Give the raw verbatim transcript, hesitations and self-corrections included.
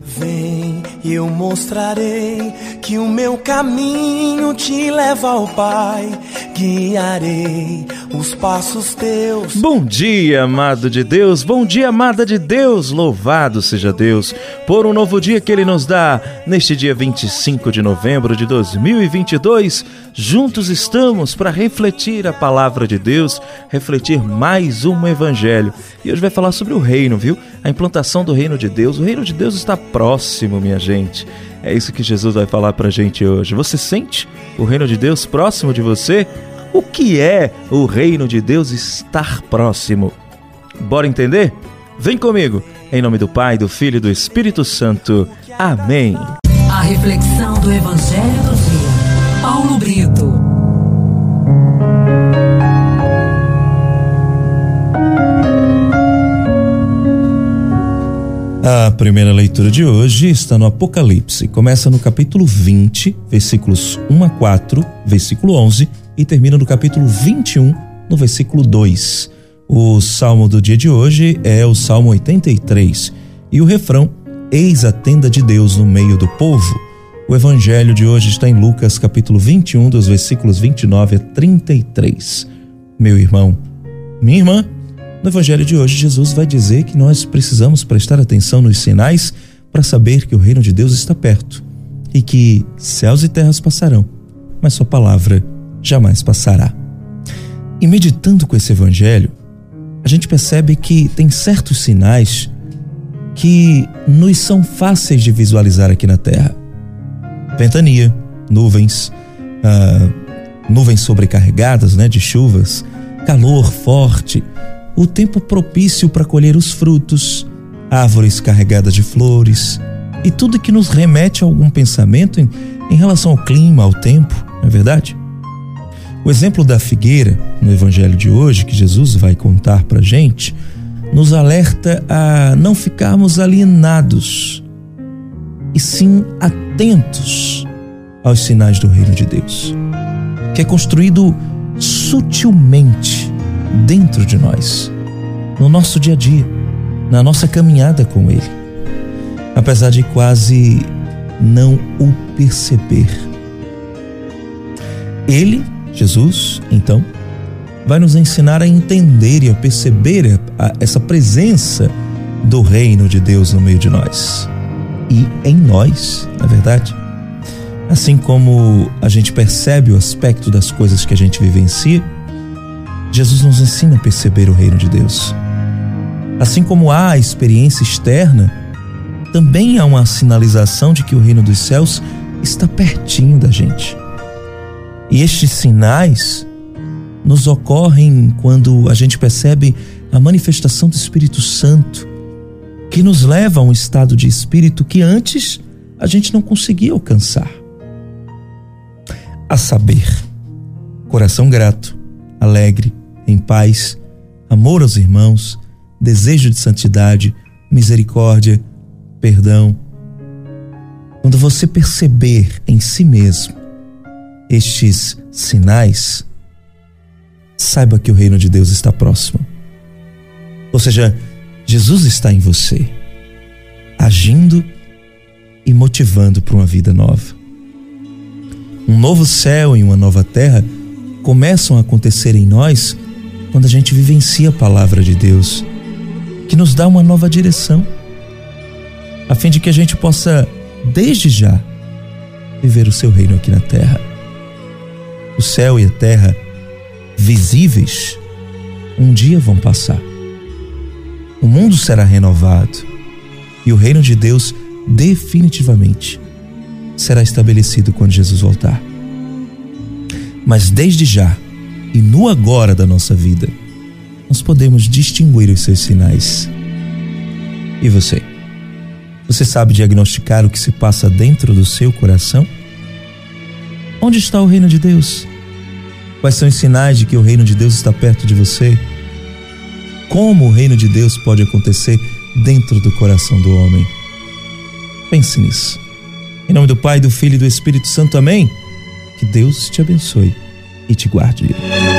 Vem, eu mostrarei que o meu caminho te leva ao Pai, guiarei os passos teus. Bom dia, amado de Deus, bom dia, amada de Deus, louvado seja Deus por um novo dia que Ele nos dá. Neste dia vinte e cinco de novembro de dois mil e vinte e dois, juntos estamos para refletir a palavra de Deus, refletir mais um evangelho. E hoje vai falar sobre o reino, viu? A implantação do reino de Deus. O reino de Deus está próximo, minha gente. É isso que Jesus vai falar pra gente hoje. Você sente o reino de Deus próximo de você? O que é o reino de Deus estar próximo? Bora entender? Vem comigo. Em nome do Pai, do Filho e do Espírito Santo. Amém. A reflexão do Evangelho do Dia. Paulo Brito. A primeira leitura de hoje está no Apocalipse. Começa no capítulo vinte, versículos um a quatro, versículo onze, e termina no capítulo vinte e um, no versículo dois. O salmo do dia de hoje é o Salmo oitenta e três, e o refrão: Eis a tenda de Deus no meio do povo. O evangelho de hoje está em Lucas, capítulo vinte e um, dos versículos vinte e nove a trinta e três. Meu irmão, minha irmã, no evangelho de hoje, Jesus vai dizer que nós precisamos prestar atenção nos sinais para saber que o reino de Deus está perto e que céus e terras passarão, mas sua palavra jamais passará. E meditando com esse evangelho, a gente percebe que tem certos sinais que nos são fáceis de visualizar aqui na terra. Ventania, nuvens, ah, nuvens sobrecarregadas, né, de chuvas, calor forte, o tempo propício para colher os frutos, árvores carregadas de flores e tudo que nos remete a algum pensamento em, em relação ao clima, ao tempo, não é verdade? O exemplo da figueira, no evangelho de hoje, que Jesus vai contar para a gente, nos alerta a não ficarmos alienados, e sim atentos aos sinais do reino de Deus, que é construído sutilmente dentro de nós, no nosso dia a dia, na nossa caminhada com Ele, apesar de quase não o perceber. Ele, Jesus, então, vai nos ensinar a entender e a perceber a, a, essa presença do reino de Deus no meio de nós e em nós, na verdade. Assim como a gente percebe o aspecto das coisas que a gente vivencia, Jesus nos ensina a perceber o reino de Deus. Assim como há a experiência externa, também há uma sinalização de que o reino dos céus está pertinho da gente. E estes sinais nos ocorrem quando a gente percebe a manifestação do Espírito Santo, que nos leva a um estado de espírito que antes a gente não conseguia alcançar. A saber, coração grato, alegre, em paz, amor aos irmãos, desejo de santidade, misericórdia, perdão. Quando você perceber em si mesmo estes sinais, saiba que o reino de Deus está próximo. Ou seja, Jesus está em você, agindo e motivando para uma vida nova. Um novo céu e uma nova terra começam a acontecer em nós quando a gente vivencia a palavra de Deus, que nos dá uma nova direção, a fim de que a gente possa, desde já, viver o seu reino aqui na terra. O céu e a terra, visíveis, um dia vão passar. O mundo será renovado e o reino de Deus definitivamente será estabelecido quando Jesus voltar. Mas desde já e no agora da nossa vida, nós podemos distinguir os seus sinais. E você? Você sabe diagnosticar o que se passa dentro do seu coração? Onde está o reino de Deus? Quais são os sinais de que o reino de Deus está perto de você? Como o reino de Deus pode acontecer dentro do coração do homem? Pense nisso. Em nome do Pai, do Filho e do Espírito Santo, amém? Que Deus te abençoe e te guarde.